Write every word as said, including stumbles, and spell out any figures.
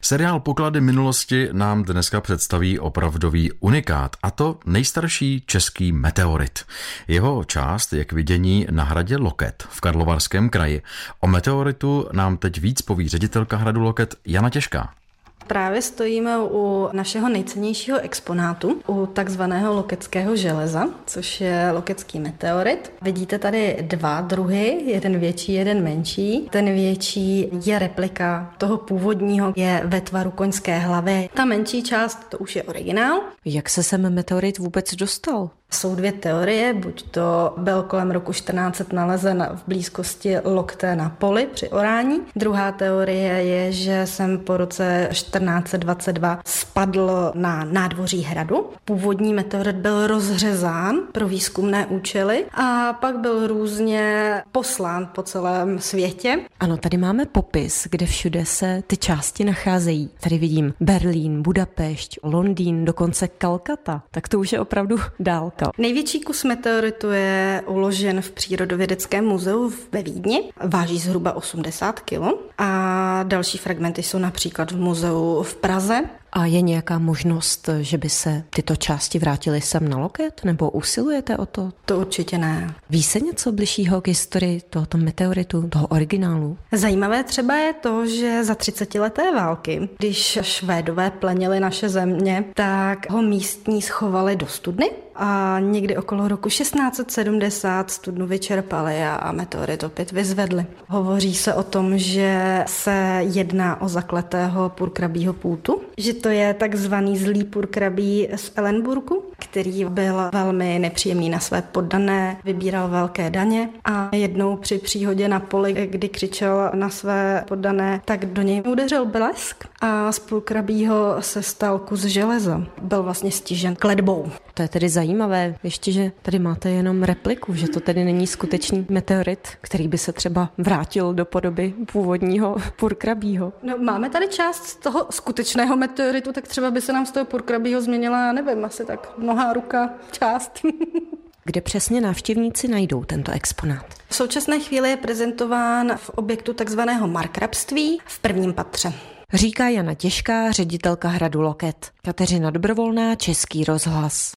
Seriál Poklady minulosti nám dneska představí opravdový unikát, a to nejstarší český meteorit. Jeho část je k vidění na hradě Loket v Karlovarském kraji. O meteoritu nám teď víc poví ředitelka hradu Loket Jana Těžká. Právě stojíme u našeho nejcennějšího exponátu, u takzvaného loketského železa, což je loketský meteorit. Vidíte tady dva druhy, jeden větší, jeden menší. Ten větší je replika toho původního, je ve tvaru koňské hlavy. Ta menší část, to už je originál. Jak se sem meteorit vůbec dostal? Jsou dvě teorie, buď to byl kolem roku čtrnáct set nalezen v blízkosti Lokte na poli při orání. Druhá teorie je, že jsem po roce čtrnáct set dvacet dva spadl na nádvoří hradu. Původní meteorit byl rozřezán pro výzkumné účely a pak byl různě poslán po celém světě. Ano, tady máme popis, kde všude se ty části nacházejí. Tady vidím Berlín, Budapešť, Londýn, dokonce Kalkata. Tak to už je opravdu dálka. Největší kus meteoritu je uložen v Přírodovědeckém muzeu ve Vídni. Váží zhruba osmdesát kilo a další fragmenty jsou například v muzeu v Praze. A je nějaká možnost, že by se tyto části vrátily sem na Loket? Nebo usilujete o to? To určitě ne. Ví se něco bližšího k historii tohoto meteoritu, toho originálu? Zajímavé třeba je to, že za třicetileté války, když Švédové plenili naše země, tak ho místní schovali do studny a někdy okolo roku šestnáct set sedmdesát studnu vyčerpali a meteorit opět vyzvedli. Hovoří se o tom, že se jedná o zakletého purkrabího půtu, že to je takzvaný zlý purkrabí z Ellenburgu, který byl velmi nepříjemný na své poddané, vybíral velké daně a jednou při příhodě na poli, kdy křičel na své poddané, tak do něj udeřil blesk a z purkrabího se stal kus železa. Byl vlastně stižen kletbou. To je tedy zajímavé, ještě, že tady máte jenom repliku, že to tedy není skutečný meteorit, který by se třeba vrátil do podoby původního purkrabího. No, máme tady část toho skutečného meteoritu, tak třeba by se nám z toho purkrabího změnila, nevím, asi tak noha, ruka, část. Kde přesně návštěvníci najdou tento exponát? V současné chvíli je prezentován v objektu takzvaného markrabství v prvním patře. Říká Jana Těžká, ředitelka hradu Loket. Kateřina Dobrovolná, Český rozhlas.